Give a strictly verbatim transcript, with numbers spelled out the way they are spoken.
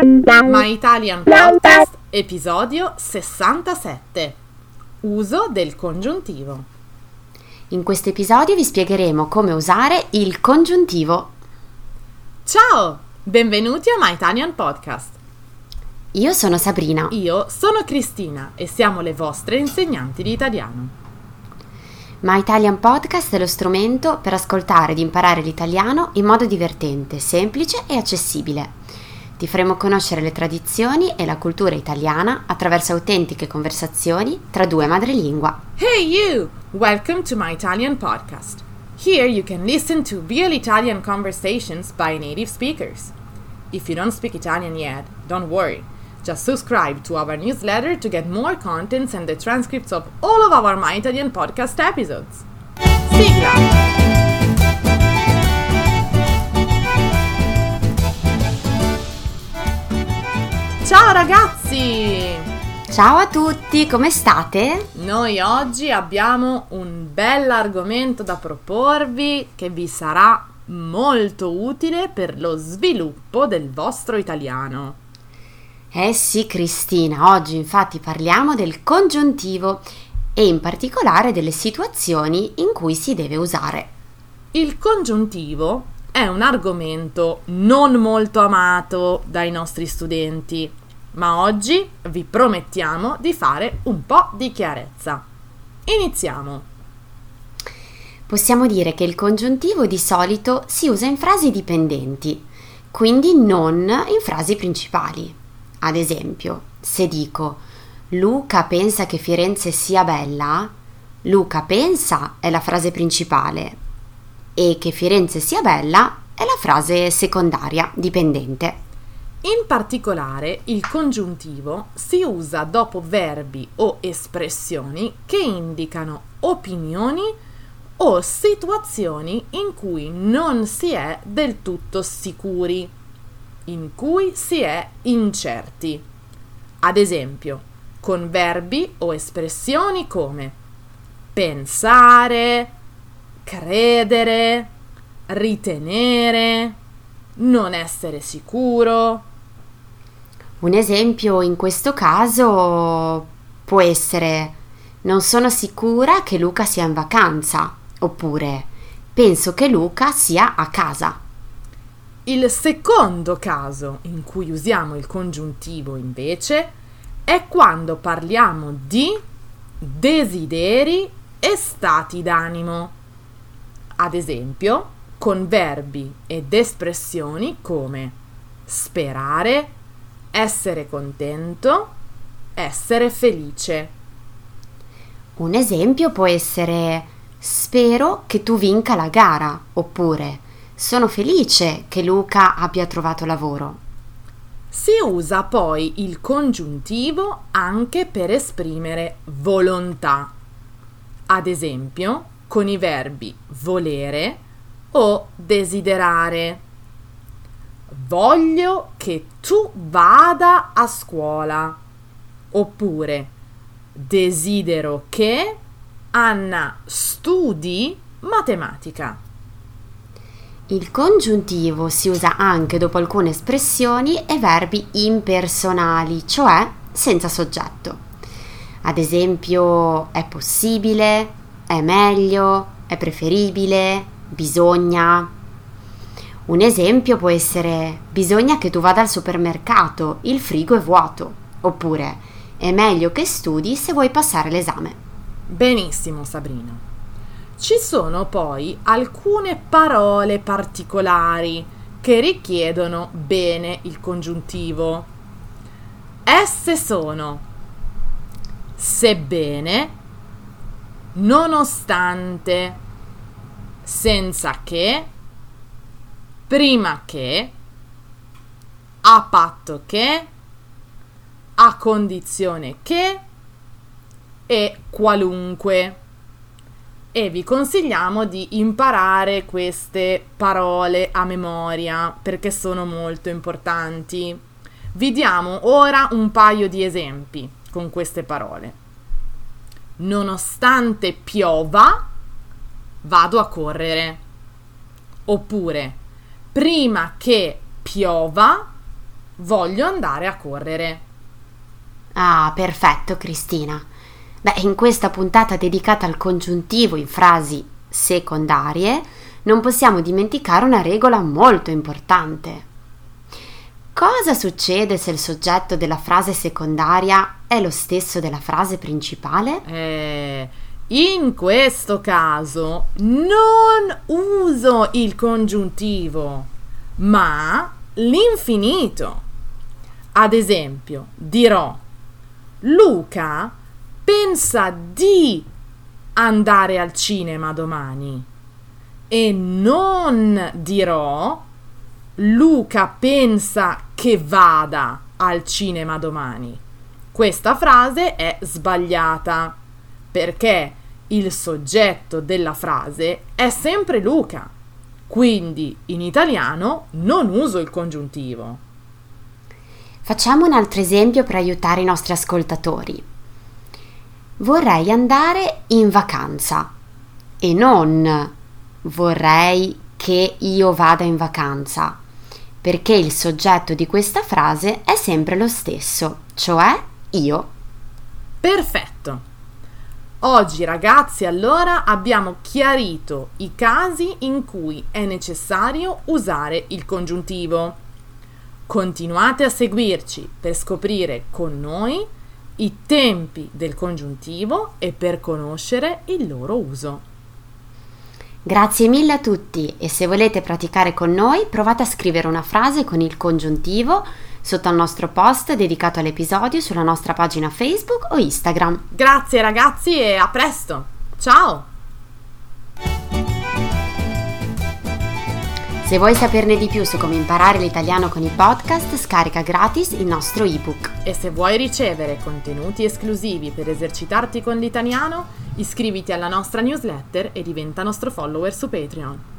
My Italian Podcast, episodio sessantasette. Uso del congiuntivo. In questo episodio vi spiegheremo come usare il congiuntivo. Ciao, benvenuti a My Italian Podcast. Io sono Sabrina. Io sono Cristina e siamo le vostre insegnanti di italiano. My Italian Podcast è lo strumento per ascoltare ed imparare l'italiano in modo divertente, semplice e accessibile. Ti faremo conoscere le tradizioni e la cultura italiana attraverso autentiche conversazioni tra due madrelingua. Hey you! Welcome to My Italian Podcast. Here you can listen to real Italian conversations by native speakers. If you don't speak Italian yet, don't worry. Just subscribe to our newsletter to get more contents and the transcripts of all of our My Italian Podcast episodes. Sigla! Ciao ragazzi! Ciao a tutti, come state? Noi oggi abbiamo un bell'argomento da proporvi che vi sarà molto utile per lo sviluppo del vostro italiano. Eh sì, Cristina, oggi infatti parliamo del congiuntivo e in particolare delle situazioni in cui si deve usare. Il congiuntivo è un argomento non molto amato dai nostri studenti, ma oggi vi promettiamo di fare un po' di chiarezza. Iniziamo. Possiamo dire che il congiuntivo di solito si usa in frasi dipendenti, quindi non in frasi principali. Ad esempio, se dico Luca pensa che Firenze sia bella, Luca pensa è la frase principale e che Firenze sia bella è la frase secondaria, dipendente. In particolare, il congiuntivo si usa dopo verbi o espressioni che indicano opinioni o situazioni in cui non si è del tutto sicuri, in cui si è incerti. Ad esempio, con verbi o espressioni come pensare, credere, ritenere, non essere sicuro. Un esempio in questo caso può essere: non sono sicura che Luca sia in vacanza, oppure penso che Luca sia a casa. Il secondo caso in cui usiamo il congiuntivo invece è quando parliamo di desideri e stati d'animo. Ad esempio, con verbi ed espressioni come sperare, essere contento, essere felice. Un esempio può essere: spero che tu vinca la gara, oppure sono felice che Luca abbia trovato lavoro. Si usa poi il congiuntivo anche per esprimere volontà. Ad esempio, con i verbi volere o desiderare. Voglio che tu vada a scuola. Oppure desidero che Anna studi matematica. Il congiuntivo si usa anche dopo alcune espressioni e verbi impersonali, cioè senza soggetto. Ad esempio, è possibile, è meglio, è preferibile, bisogna. Un esempio può essere: bisogna che tu vada al supermercato, il frigo è vuoto. Oppure è meglio che studi se vuoi passare l'esame. Benissimo, Sabrina. Ci sono poi alcune parole particolari che richiedono bene il congiuntivo. Esse sono sebbene, nonostante, senza che, prima che, a patto che, a condizione che e qualunque. E vi consigliamo di imparare queste parole a memoria perché sono molto importanti. Vi diamo ora un paio di esempi con queste parole. Nonostante piova, vado a correre. Oppure, prima che piova, voglio andare a correre. Ah, perfetto, Cristina. Beh, in questa puntata dedicata al congiuntivo in frasi secondarie non possiamo dimenticare una regola molto importante. Cosa succede se il soggetto della frase secondaria è lo stesso della frase principale? Eh, in questo caso non uso il congiuntivo, ma l'infinito. Ad esempio, dirò: Luca pensa di andare al cinema domani, e non dirò: Luca pensa che vada al cinema domani. Questa frase è sbagliata perché il soggetto della frase è sempre Luca, quindi in italiano non uso il congiuntivo. Facciamo un altro esempio per aiutare i nostri ascoltatori. Vorrei andare in vacanza e non vorrei che io vada in vacanza, perché il soggetto di questa frase è sempre lo stesso, cioè io. Perfetto. Oggi ragazzi allora abbiamo chiarito i casi in cui è necessario usare il congiuntivo. Continuate a seguirci per scoprire con noi i tempi del congiuntivo e per conoscere il loro uso. Grazie mille a tutti e se volete praticare con noi provate a scrivere una frase con il congiuntivo sotto al nostro post dedicato all'episodio sulla nostra pagina Facebook o Instagram. Grazie ragazzi e a presto! Ciao! Se vuoi saperne di più su come imparare l'italiano con i podcast, scarica gratis il nostro ebook. E se vuoi ricevere contenuti esclusivi per esercitarti con l'italiano, iscriviti alla nostra newsletter e diventa nostro follower su Patreon.